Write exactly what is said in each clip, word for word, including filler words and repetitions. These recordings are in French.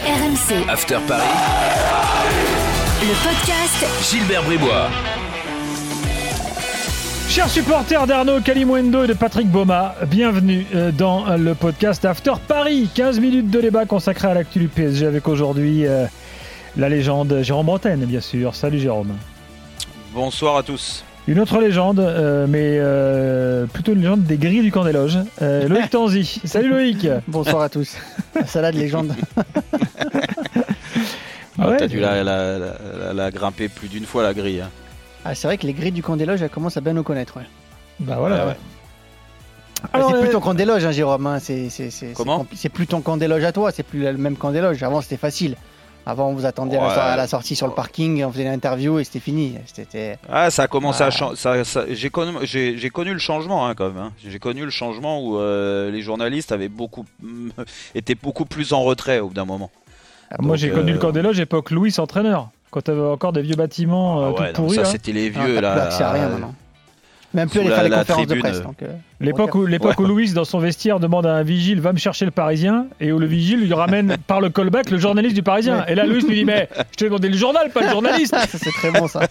R M C After Paris, le podcast Gilbert Bribois. Chers supporters d'Arnaud Kalimuendo et de Patrick Boma, bienvenue dans le podcast After Paris. quinze minutes de débat consacré à l'actu du P S G avec aujourd'hui euh, la légende Jérôme Bretagne, bien sûr. Salut Jérôme. Bonsoir à tous. Une autre légende, euh, mais euh, plutôt une légende des grilles du camp des loges. Euh, Loïc Tanzi. Salut Loïc. Bonsoir à tous. La salade légende. Ah ouais, t'as dû la, la, la, la grimper plus d'une fois la grille. Hein. Ah, c'est vrai que les grilles du camp des loges, elles commencent à bien nous connaître. Ouais. Bah voilà. Ouais, ouais. Alors, c'est euh... plus ton camp des loges, hein, Jérôme. Hein. C'est, c'est, c'est, Comment c'est, c'est plus ton camp des loges à toi. C'est plus le même camp des loges. Avant, c'était facile. Avant, on vous attendait ouais. à la sortie sur le parking, on faisait l'interview et c'était fini. C'était... Ah, ça a commencé ah. à changer. J'ai connu, j'ai, j'ai connu le changement hein, quand même. Hein. J'ai connu le changement où euh, les journalistes avaient beaucoup, étaient beaucoup plus en retrait au bout d'un moment. Ah, Donc, moi, j'ai euh... connu le camp des loges époque Louis entraîneur. Quand tu avais encore des vieux bâtiments euh, ah ouais, tout pourris. Ça, là. c'était les vieux. Ah, là, plus accès à rien maintenant. Même plus aller faire les conférences de presse. Donc, euh, l'époque où, l'époque ouais. où Louis, dans son vestiaire, demande à un vigile, va me chercher le Parisien, et où le vigile lui ramène par le callback le journaliste du Parisien. Ouais. Et là, Louis lui dit, mais je t'ai demandé le journal, pas le journaliste. Ça, c'est très bon, ça.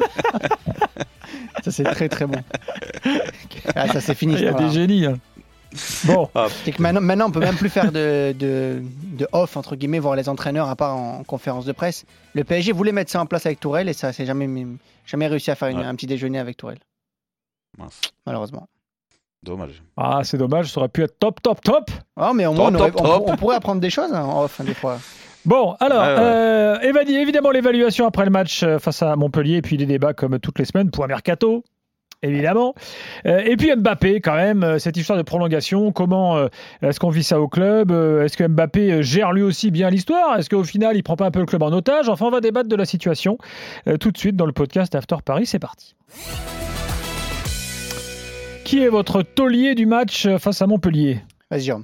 Ça, c'est très, très bon. Ah, ça, c'est fini. Il y a des génies. Hein. Bon. C'est que maintenant, maintenant, on peut même plus faire de, de, de off, entre guillemets, voir les entraîneurs, à part en, en conférence de presse. Le P S G voulait mettre ça en place avec Tourelle, et ça, c'est jamais, jamais réussi à faire une, ouais. un petit déjeuner avec Tourelle. Mince. Malheureusement. Dommage. Ah, c'est dommage, ça aurait pu être top, top, top. Oh, mais au moins, top, on, aurait, top, on, top. on pourrait apprendre des choses hein, en off, hein, des fois. Bon, alors, ouais, ouais. Euh, évidemment, l'évaluation après le match face à Montpellier, et puis les débats comme toutes les semaines, point mercato, évidemment. Euh, et puis Mbappé, quand même, cette histoire de prolongation, comment euh, est-ce qu'on vit ça au club ? Est-ce que Mbappé gère lui aussi bien l'histoire ? Est-ce qu'au final, il ne prend pas un peu le club en otage ? Enfin, on va débattre de la situation euh, tout de suite dans le podcast After Paris, c'est parti. Qui est votre taulier du match face à Montpellier ? Vas-y, Jérôme.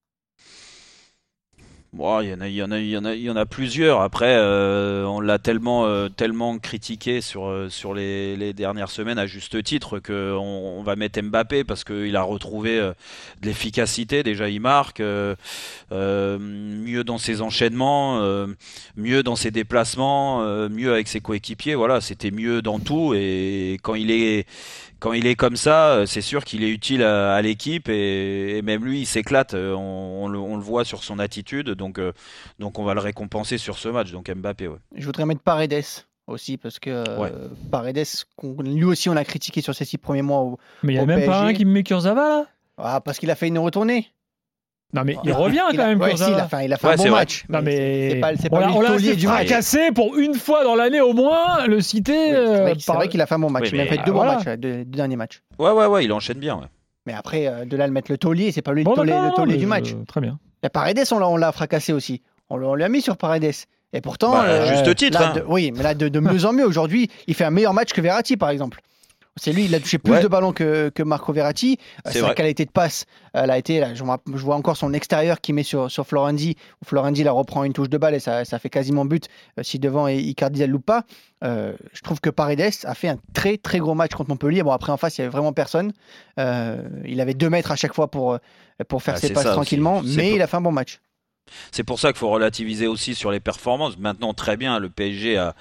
Bon, il y en a, il y en a, il y en a, il y en a plusieurs. Après, euh, on l'a tellement, euh, tellement critiqué sur euh, sur les, les dernières semaines à juste titre que on, on va mettre Mbappé parce qu'il a retrouvé euh, de l'efficacité. Déjà, il marque euh, euh, mieux dans ses enchaînements, euh, mieux dans ses déplacements, euh, mieux avec ses coéquipiers. Voilà, c'était mieux dans tout. Et quand il est Quand il est comme ça, c'est sûr qu'il est utile à, à l'équipe et, et même lui, il s'éclate. On, on, le, on le voit sur son attitude, donc, euh, donc on va le récompenser sur ce match. Donc Mbappé, ouais. Je voudrais mettre Paredes aussi parce que ouais. euh, Paredes, lui aussi, on l'a critiqué sur ses six premiers mois au Mais il n'y a au même P S G. pas un qui me met Kurzawa là. Ah, parce qu'il a fait une retournée. Non mais il revient il quand a, même ouais, Kurzawa. Si, il a fait, il a fait ouais, un bon vrai. match. Non mais, mais c'est pas, c'est pas on, lui on le l'a taulier du match. fracassé pour une fois dans l'année au moins le citer. Oui, c'est vrai, euh, c'est vrai qu'il a fait un bon match. Oui, il a fait deux voilà. bons matchs, deux, deux derniers matchs. Ouais, ouais, ouais, il enchaîne bien. Ouais. Mais après, euh, de là le mettre le taulier, c'est pas lui bon, le taulier, non, non, le taulier non, du je... match. Très bien. La Paredes, on l'a, on l'a fracassé aussi. On l'a, on l'a mis sur Paredes. Et pourtant, bah, euh, juste titre. Là, hein. de, oui, mais là de, de mieux en mieux. Aujourd'hui, il fait un meilleur match que Verratti, par exemple. C'est lui, il a touché plus ouais. de ballons que, que Marco Verratti. C'est Sa qualité de passe, elle a été. Là, je, je vois encore son extérieur qui met sur, sur Florenzi. Où Florenzi la reprend une touche de balle et ça, ça fait quasiment but. Euh, si devant Icardi elle loupe pas. Euh, je trouve que Paredes a fait un très très gros match contre Montpellier. Bon, après en face, il y avait vraiment personne. Euh, il avait deux mètres à chaque fois pour, pour faire ah, ses passes tranquillement. Mais il a fait un bon match. C'est pour ça qu'il faut relativiser aussi sur les performances. Maintenant, très bien, le P S G a,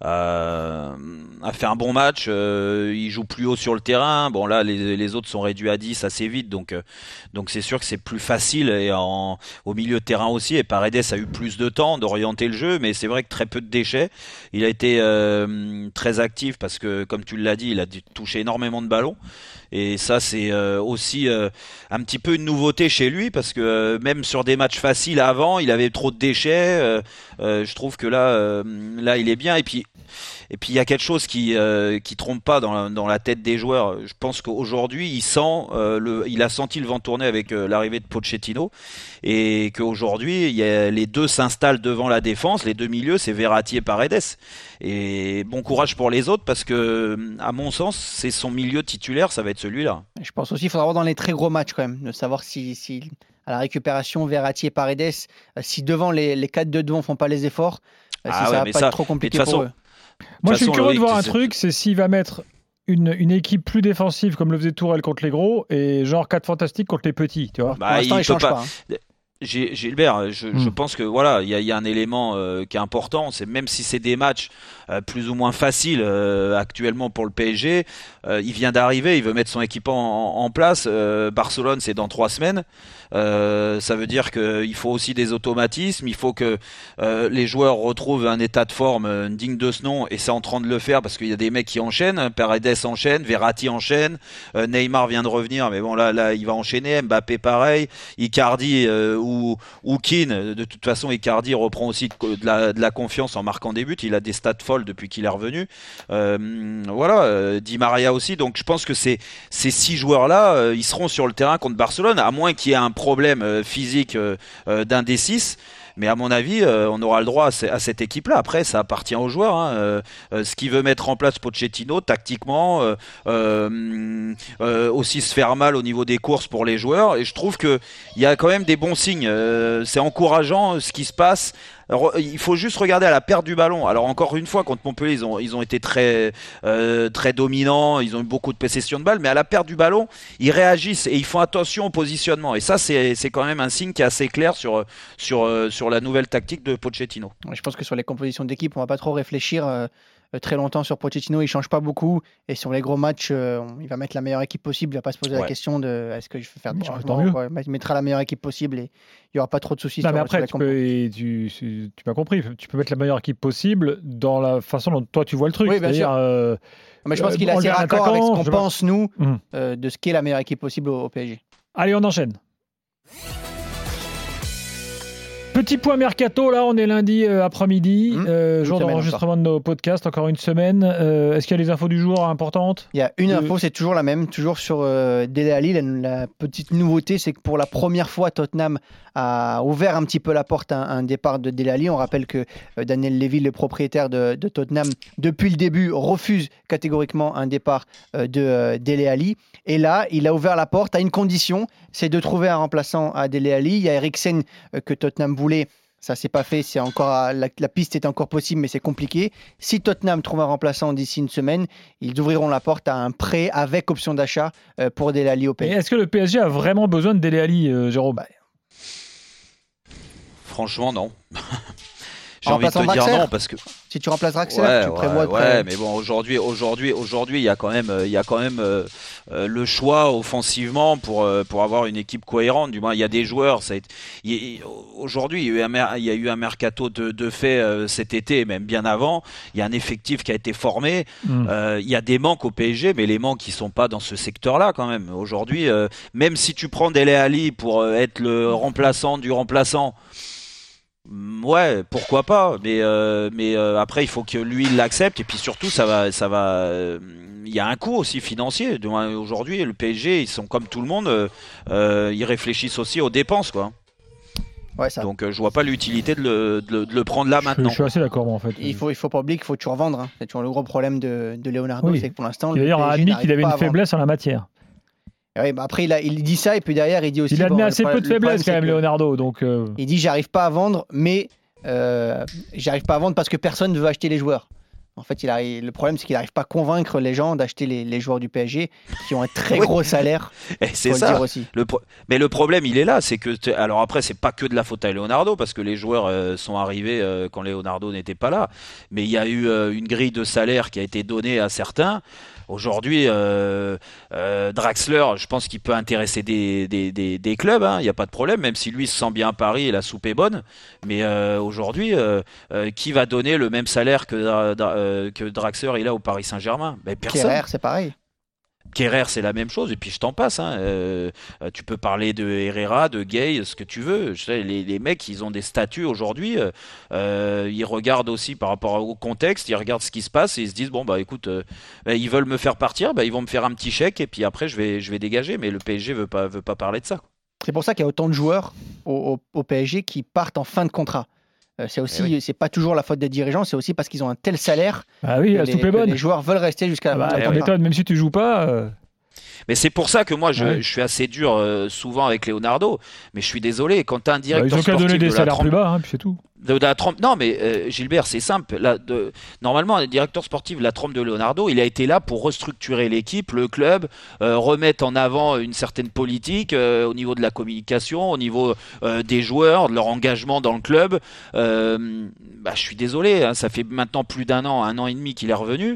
a, a fait un bon match. Euh, il joue plus haut sur le terrain. Bon, là, les, les autres sont réduits à dix assez vite. Donc, euh, donc c'est sûr que c'est plus facile et en, au milieu de terrain aussi. Et Paredes a eu plus de temps d'orienter le jeu. Mais c'est vrai que très peu de déchets. Il a été euh, très actif parce que, comme tu l'as dit, il a touché énormément de ballons. Et ça, c'est euh, aussi euh, un petit peu une nouveauté chez lui parce que euh, même sur des matchs faciles avant, il avait trop de déchets. Euh, euh, je trouve que là, euh, là, il est bien. Et puis, et puis il y a quelque chose qui euh, qui trompe pas dans la, dans la tête des joueurs. Je pense qu'aujourd'hui, il sent euh, le, il a senti le vent tourner avec euh, l'arrivée de Pochettino et qu'aujourd'hui, il y a, les deux s'installent devant la défense. Les deux milieux, c'est Verratti et Paredes. Et bon courage pour les autres parce que, à mon sens, c'est son milieu titulaire, ça va être celui-là. Je pense aussi qu'il faudra voir dans les très gros matchs quand même, de savoir si, si à la récupération, Verratti et Paredes, euh, si devant les, les quatre de devant font pas les efforts, euh, ah si ouais, ça va pas ça, être trop compliqué façon, pour eux. Moi, je suis curieux de voir un c'est... truc, c'est s'il va mettre une, une équipe plus défensive comme le faisait Tourelle contre les gros et genre quatre fantastiques contre les petits, tu vois. Bah, pour l'instant, il, il change pas. pas. Hein. Gilbert, je, mmh. je pense que voilà, il y, y a un élément euh, qui est important, c'est même si c'est des matchs euh, plus ou moins faciles euh, actuellement pour le P S G, euh, il vient d'arriver, il veut mettre son équipement en, en place. Euh, Barcelone, c'est dans trois semaines. Euh, ça veut dire qu'il faut aussi des automatismes, il faut que euh, les joueurs retrouvent un état de forme euh, digne de ce nom, et c'est en train de le faire parce qu'il y a des mecs qui enchaînent. Paredes enchaîne, Verratti enchaîne, euh, Neymar vient de revenir, mais bon là, là il va enchaîner, Mbappé pareil, Icardi euh, ou, ou Keane, de toute façon Icardi reprend aussi de, de, la, de la confiance en marquant des buts, il a des stats folles depuis qu'il est revenu. Euh, voilà, euh, Di Maria aussi, donc je pense que ces, ces six joueurs là, euh, ils seront sur le terrain contre Barcelone, à moins qu'il y ait un problème euh, physique euh, euh, d'un des six. Mais à mon avis, euh, on aura le droit à, c- à cette équipe-là. Après, ça appartient aux joueurs. Hein. Euh, euh, ce qu'il veut mettre en place Pochettino, tactiquement, euh, euh, euh, aussi se faire mal au niveau des courses pour les joueurs. Et je trouve qu'il y a quand même des bons signes. Euh, c'est encourageant ce qui se passe. Alors, il faut juste regarder à la perte du ballon. Alors encore une fois, contre Montpellier, ils ont, ils ont été très, euh, très dominants, ils ont eu beaucoup de possession de balles, mais à la perte du ballon, ils réagissent et ils font attention au positionnement. Et ça, c'est, c'est quand même un signe qui est assez clair sur, sur, sur la nouvelle tactique de Pochettino. Je pense que sur les compositions d'équipe, on ne va pas trop réfléchir euh, très longtemps sur Pochettino. Il ne change pas beaucoup. Et sur les gros matchs, euh, il va mettre la meilleure équipe possible. Il ne va pas se poser ouais. la question de est-ce que je vais faire des changements. Ouais, il mettra la meilleure équipe possible et il n'y aura pas trop de soucis. Non, sur, mais après, sur tu, peux, tu, tu m'as compris. Tu peux mettre la meilleure équipe possible dans la façon dont toi tu vois le truc. Oui, bien C'est-à-dire, sûr. Euh, mais je pense euh, qu'il est assez raccord avec ce qu'on pense, vois. nous, mmh. euh, de ce qu'est la meilleure équipe possible au, au P S G. Allez, on enchaîne. Petit point mercato, là on est lundi euh, après-midi, mmh. euh, jour d'enregistrement de nos podcasts, encore une semaine. Euh, est-ce qu'il y a des infos du jour importantes ? Il y a une euh... info, c'est toujours la même, toujours sur euh, Dele Alli. La, la petite nouveauté, c'est que pour la première fois, Tottenham a ouvert un petit peu la porte à un, un départ de Dele Alli. On rappelle que euh, Daniel Levy, le propriétaire de, de Tottenham, depuis le début, refuse catégoriquement un départ euh, de euh, Dele Alli. Et là, il a ouvert la porte à une condition, c'est de trouver un remplaçant à Dele Alli. Il y a Eriksen euh, que Tottenham voulait, ça s'est pas fait, c'est encore la, la piste est encore possible, mais c'est compliqué. Si Tottenham trouve un remplaçant d'ici une semaine, ils ouvriront la porte à un prêt avec option d'achat euh, pour Dele Alli au P S G. Et est-ce que le P S G a vraiment besoin de Dele Alli, euh, Jérôme ? bah, Franchement, non. J'ai envie de te dire non parce que si tu remplaces Draxler, ouais, tu ouais, prévois de ouais, pré... mais bon aujourd'hui, aujourd'hui, aujourd'hui, il y a quand même, il y a quand même euh, euh, le choix offensivement pour euh, pour avoir une équipe cohérente. Du moins, il y a des joueurs. Ça a été, il, aujourd'hui, il y a eu un, il y a eu un mercato de, de fait euh, cet été, et même bien avant. Il y a un effectif qui a été formé. Mm. Euh, il y a des manques au P S G, mais les manques ils sont pas dans ce secteur-là quand même. Aujourd'hui, euh, même si tu prends Dele Alli pour euh, être le remplaçant du remplaçant. Ouais, pourquoi pas, mais euh, mais euh, après il faut que lui il l'accepte et puis surtout ça va ça va euh, il y a un coût aussi financier. Aujourd'hui le P S G ils sont comme tout le monde, euh, euh, ils réfléchissent aussi aux dépenses quoi. Ouais, ça. Donc euh, je vois pas l'utilité de le, de le, de le prendre là je, maintenant. Je suis assez d'accord moi en fait. Il faut il faut pas oublier qu'il faut toujours vendre. Hein. C'est toujours le gros problème de de Leonardo, oui. c'est que pour l'instant. D'ailleurs a admis qu'il avait une faiblesse en la matière. Oui, bah après, il, a, il dit ça et puis derrière, il dit aussi... Il admet bon, assez problème, peu de faiblesse quand même, Leonardo. Donc euh... il dit, j'arrive pas à vendre, mais euh, j'arrive pas à vendre parce que personne ne veut acheter les joueurs. En fait, il arrive, le problème, c'est qu'il n'arrive pas à convaincre les gens d'acheter les, les joueurs du P S G qui ont un très oui. gros salaire. Et c'est ça. Le dire aussi. Le pro... Mais le problème, il est là. C'est que, alors après, c'est pas que de la faute à Leonardo parce que les joueurs euh, sont arrivés euh, quand Leonardo n'était pas là. Mais il y a eu euh, une grille de salaire qui a été donnée à certains. Aujourd'hui, euh, euh, Draxler, je pense qu'il peut intéresser des, des, des, des clubs, il hein, n'y a pas de problème, même si lui se sent bien à Paris et la soupe est bonne. Mais euh, aujourd'hui, euh, euh, qui va donner le même salaire que, euh, que Draxler il a au Paris Saint-Germain ? Ben, personne. Kerrer, c'est pareil. Kerrer, c'est la même chose, et puis je t'en passe. Hein. Euh, tu peux parler de Herrera, de Gay, ce que tu veux. Je sais, les, les mecs, ils ont des statuts aujourd'hui. Euh, ils regardent aussi par rapport au contexte, ils regardent ce qui se passe et ils se disent bon bah écoute, euh, bah, ils veulent me faire partir, bah, ils vont me faire un petit chèque et puis après je vais, je vais dégager. Mais le P S G veut pas, veut pas parler de ça. C'est pour ça qu'il y a autant de joueurs au, au, au P S G qui partent en fin de contrat. Euh, c'est aussi, oui. c'est pas toujours la faute des dirigeants, c'est aussi parce qu'ils ont un tel salaire. Ah oui, la soupe est bonne. Les joueurs veulent rester jusqu'à. Ah bah, la méthode, même si tu joues pas. Euh... Mais c'est pour ça que moi je, ouais. je suis assez dur euh, souvent avec Leonardo. Mais je suis désolé, quand tu as un directeur bah, ils ont sportif qu'à donner des de salaires trente... plus bas, hein, puis c'est tout. De, de la trempe. Non, mais euh, Gilbert, c'est simple. La, de, normalement, le directeur sportif, la trempe de Leonardo, il a été là pour restructurer l'équipe, le club, euh, remettre en avant une certaine politique euh, au niveau de la communication, au niveau euh, des joueurs, de leur engagement dans le club. Euh, bah, je suis désolé, hein, ça fait maintenant plus d'un an, un an et demi qu'il est revenu.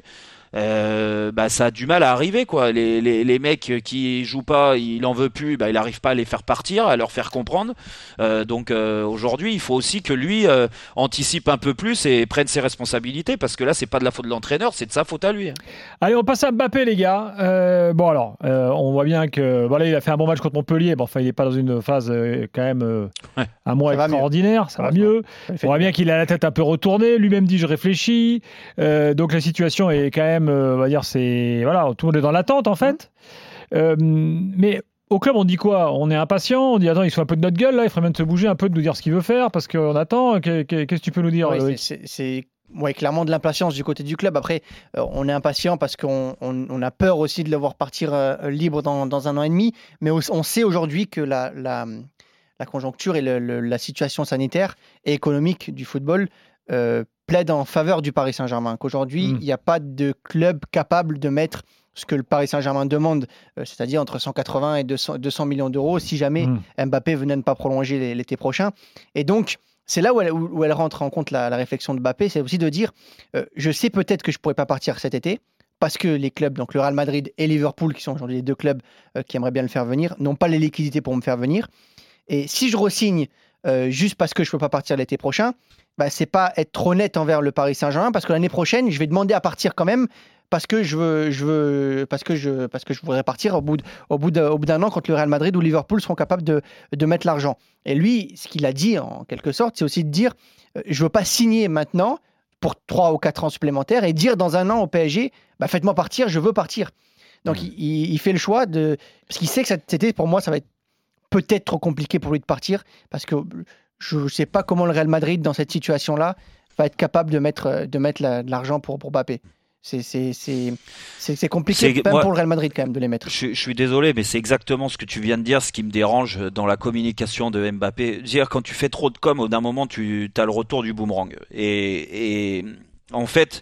Euh, bah ça a du mal à arriver quoi. Les, les, les mecs qui jouent pas, il en veut plus, bah il arrive pas à les faire partir, à leur faire comprendre. Euh, donc euh, aujourd'hui, il faut aussi que lui euh, anticipe un peu plus et prenne ses responsabilités parce que là, c'est pas de la faute de l'entraîneur, c'est de sa faute à lui. Allez, on passe à Mbappé les gars. Euh, bon alors, euh, on voit bien que voilà, il a fait un bon match contre Montpellier. Bon, enfin, il est pas dans une phase euh, quand même euh, ouais. un mois ça extraordinaire, ça va mieux. On voit bien qu'il a la tête un peu retournée. Lui-même dit je réfléchis. Euh, donc la situation est quand même on va dire c'est voilà, tout le monde est dans l'attente en fait. Euh, mais au club on dit quoi? On est impatient, on dit attends, il se fout un peu de notre gueule là, il ferait bien de se bouger un peu, de nous dire ce qu'il veut faire parce qu'on attend. Qu'est-ce que tu peux nous dire? Oui, c'est, c'est, c'est ouais, clairement de l'impatience du côté du club. Après, euh, on est impatient parce qu'on on, on a peur aussi de le voir partir euh, libre dans, dans un an et demi. Mais on sait aujourd'hui que la, la, la conjoncture et le, le, la situation sanitaire et économique du football euh, plaide en faveur du Paris Saint-Germain, qu'aujourd'hui, il mmh. n'y a pas de club capable de mettre ce que le Paris Saint-Germain demande, euh, c'est-à-dire entre cent quatre-vingts et deux cents millions d'euros, si jamais mmh. Mbappé venait ne pas prolonger l'été prochain. Et donc, c'est là où elle, où elle rentre en compte la, la réflexion de Mbappé, c'est aussi de dire, euh, je sais peut-être que je ne pourrais pas partir cet été, parce que les clubs, donc le Real Madrid et Liverpool, qui sont aujourd'hui les deux clubs euh, qui aimeraient bien le faire venir, n'ont pas les liquidités pour me faire venir. Et si je re-signe euh, juste parce que je ne peux pas partir l'été prochain, bah, c'est pas être trop honnête envers le Paris Saint-Germain parce que l'année prochaine, je vais demander à partir quand même parce que je veux, je veux, parce que je, parce que je voudrais partir au bout, de, au bout, de, au bout d'un an quand le Real Madrid ou Liverpool seront capables de, de mettre l'argent. Et lui, ce qu'il a dit en quelque sorte, c'est aussi de dire, euh, je veux pas signer maintenant pour trois ou quatre ans supplémentaires et dire dans un an au P S G, bah, faites-moi partir, je veux partir. Donc mmh. il, il fait le choix de, parce qu'il sait que cet été, pour moi, ça va être peut-être trop compliqué pour lui de partir parce que je ne sais pas comment le Real Madrid, dans cette situation-là, va être capable de mettre, de mettre la, de l'argent pour, pour Mbappé. C'est, c'est, c'est, c'est, c'est compliqué, c'est, même moi, pour le Real Madrid, quand même, de les mettre. Je, je suis désolé, mais c'est exactement ce que tu viens de dire, ce qui me dérange dans la communication de Mbappé. Dire, quand tu fais trop de com', d'un moment, tu as le retour du boomerang. Et, et en fait...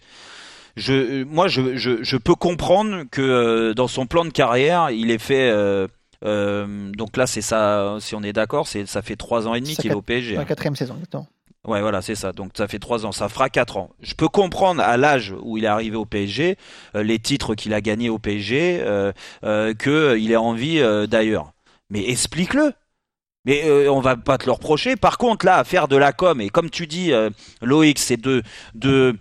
Je, moi, je, je, je peux comprendre que euh, dans son plan de carrière, il ait fait... Euh, Euh, donc là, c'est ça. Si on est d'accord, c'est ça fait trois ans et demi qu'il est au P S G. La quatrième saison, exactement. Ouais, voilà, c'est ça. Donc ça fait trois ans, ça fera quatre ans. Je peux comprendre à l'âge où il est arrivé au P S G, euh, les titres qu'il a gagnés au P S G, euh, euh, que il ait envie euh, d'ailleurs. Mais explique-le. Mais euh, on va pas te le reprocher. Par contre, là, à faire de la com, et comme tu dis, euh, Loïc, c'est de, de,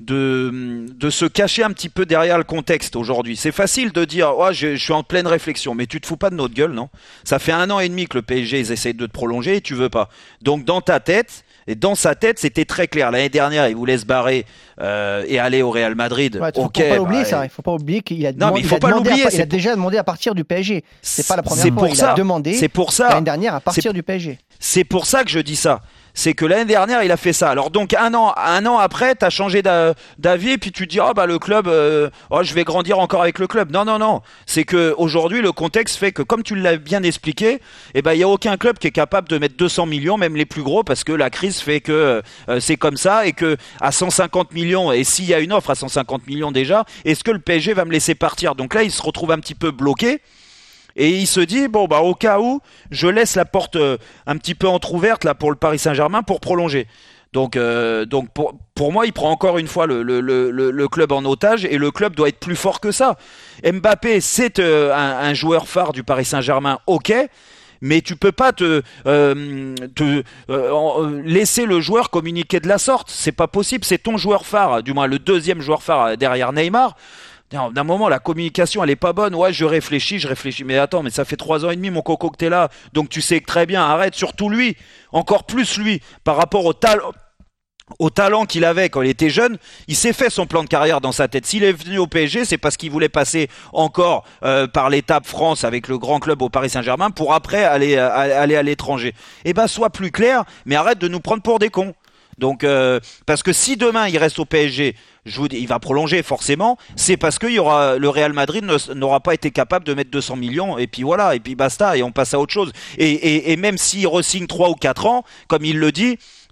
de, de se cacher un petit peu derrière le contexte aujourd'hui. C'est facile de dire, oh, je, je suis en pleine réflexion, mais tu te fous pas de notre gueule, non? Ça fait un an et demi que le P S G, ils essayent de te prolonger et tu veux pas. Donc, dans ta tête, et dans sa tête, c'était très clair. L'année dernière, il voulait se barrer euh, et aller au Real Madrid. Ouais, ok. Faut pas oublier bah, ça. Il faut pas oublier qu'il a, non, mais il faut il a pas demandé. l'oublier, À, il a déjà demandé à partir du P S G. C'est pas la première c'est fois. Pour il ça. a demandé. C'est pour ça. L'année dernière à partir du P S G. C'est pour ça que je dis ça. C'est que l'année dernière, il a fait ça. Alors donc un an, un an après, t'as changé d'avis et puis tu te dis, ah oh, bah le club, euh, oh, je vais grandir encore avec le club. Non, non, non. C'est que aujourd'hui, le contexte fait que, comme tu l'as bien expliqué, eh ben il y a aucun club qui est capable de mettre deux cents millions, même les plus gros, parce que la crise fait que euh, c'est comme ça et que à cent cinquante millions, et s'il y a une offre à cent cinquante millions déjà, est-ce que le P S G va me laisser partir? Donc là, il se retrouve un petit peu bloqué. Et il se dit, bon, bah, au cas où, je laisse la porte euh, un petit peu entrouverte, là, pour le Paris Saint-Germain pour prolonger. Donc, euh, donc pour, pour moi, il prend encore une fois le, le, le, le club en otage et le club doit être plus fort que ça. Mbappé, c'est euh, un, un joueur phare du Paris Saint-Germain, ok, mais tu peux pas te, euh, te euh, laisser le joueur communiquer de la sorte. C'est pas possible, c'est ton joueur phare, du moins le deuxième joueur phare derrière Neymar. D'un moment, la communication, elle est pas bonne. Ouais, je réfléchis, je réfléchis. Mais attends, mais ça fait trois ans et demi, mon coco, que t'es là. Donc tu sais que très bien, arrête. Surtout lui, encore plus lui, par rapport au talent. Au talent qu'il avait quand il était jeune, il s'est fait son plan de carrière dans sa tête. S'il est venu au P S G, c'est parce qu'il voulait passer encore euh, par l'étape France avec le grand club au Paris Saint-Germain pour après aller, euh, aller à l'étranger. Eh ben, sois plus clair, mais arrête de nous prendre pour des cons. Donc, euh, parce que si demain il reste au P S G, je vous dis, il va prolonger forcément, c'est parce que il y aura, le Real Madrid ne, n'aura pas été capable de mettre deux cents millions, et puis voilà, et puis basta, et on passe à autre chose. Et, et, et même s'il re-signe trois ou quatre ans, comme il le dit,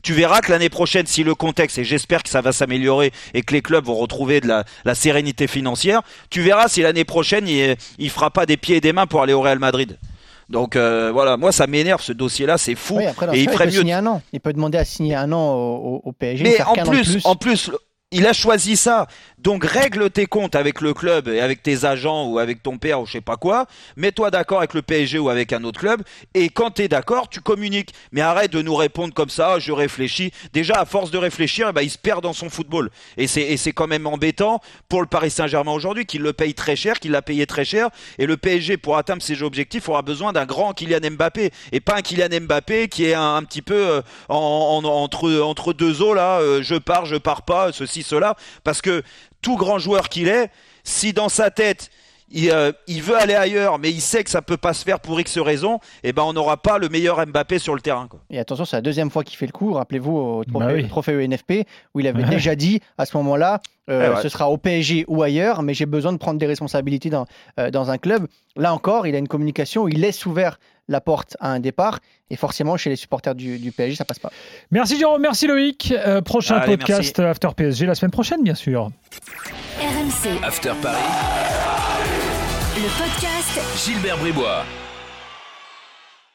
Tu verras que l'année prochaine, si le contexte, et j'espère que ça va s'améliorer et que les clubs vont retrouver de la, la sérénité financière, tu verras si l'année prochaine, il, il fera pas des pieds et des mains pour aller au Real Madrid. Donc euh, voilà, moi ça m'énerve ce dossier-là, c'est fou. Oui, après, et il cas, ferait il peut mieux. signer un an. Il peut demander à signer un an au, au, au P S G. Mais faire en qu'un an plus, de plus, en plus, il a choisi ça. Donc règle tes comptes avec le club et avec tes agents ou avec ton père ou je sais pas quoi. Mets-toi d'accord avec le P S G ou avec un autre club. Et quand t'es d'accord, tu communiques. Mais arrête de nous répondre comme ça. Je réfléchis. Déjà, à force de réfléchir, eh ben, il se perd dans son football. Et c'est, et c'est quand même embêtant pour le Paris Saint-Germain aujourd'hui, qu'il le paye très cher, qu'il l'a payé très cher. Et le P S G, pour atteindre ses objectifs, aura besoin d'un grand Kylian Mbappé. Et pas un Kylian Mbappé qui est un, un petit peu euh, en, en, entre, entre deux eaux là. Euh, je pars, je pars pas, ceci, cela. Parce que tout grand joueur qu'il est, si dans sa tête il, euh, il veut aller ailleurs, mais il sait que ça peut pas se faire pour X raisons, eh ben on n'aura pas le meilleur Mbappé sur le terrain, quoi. Et attention, c'est la deuxième fois qu'il fait le coup. Rappelez-vous au trophée, Bah oui. trophée E N F P où il avait Ouais. déjà dit à ce moment-là, euh, Ouais, ouais. ce sera au P S G ou ailleurs, mais j'ai besoin de prendre des responsabilités dans, euh, dans un club. Là encore, il a une communication où il laisse ouvert la porte à un départ. Et forcément, chez les supporters du, du P S G, ça passe pas. Merci Jérôme, merci Loïc. Euh, prochain Allez, podcast merci. After P S G la semaine prochaine, bien sûr. R M C, After Paris, le podcast Gilbert Bribois.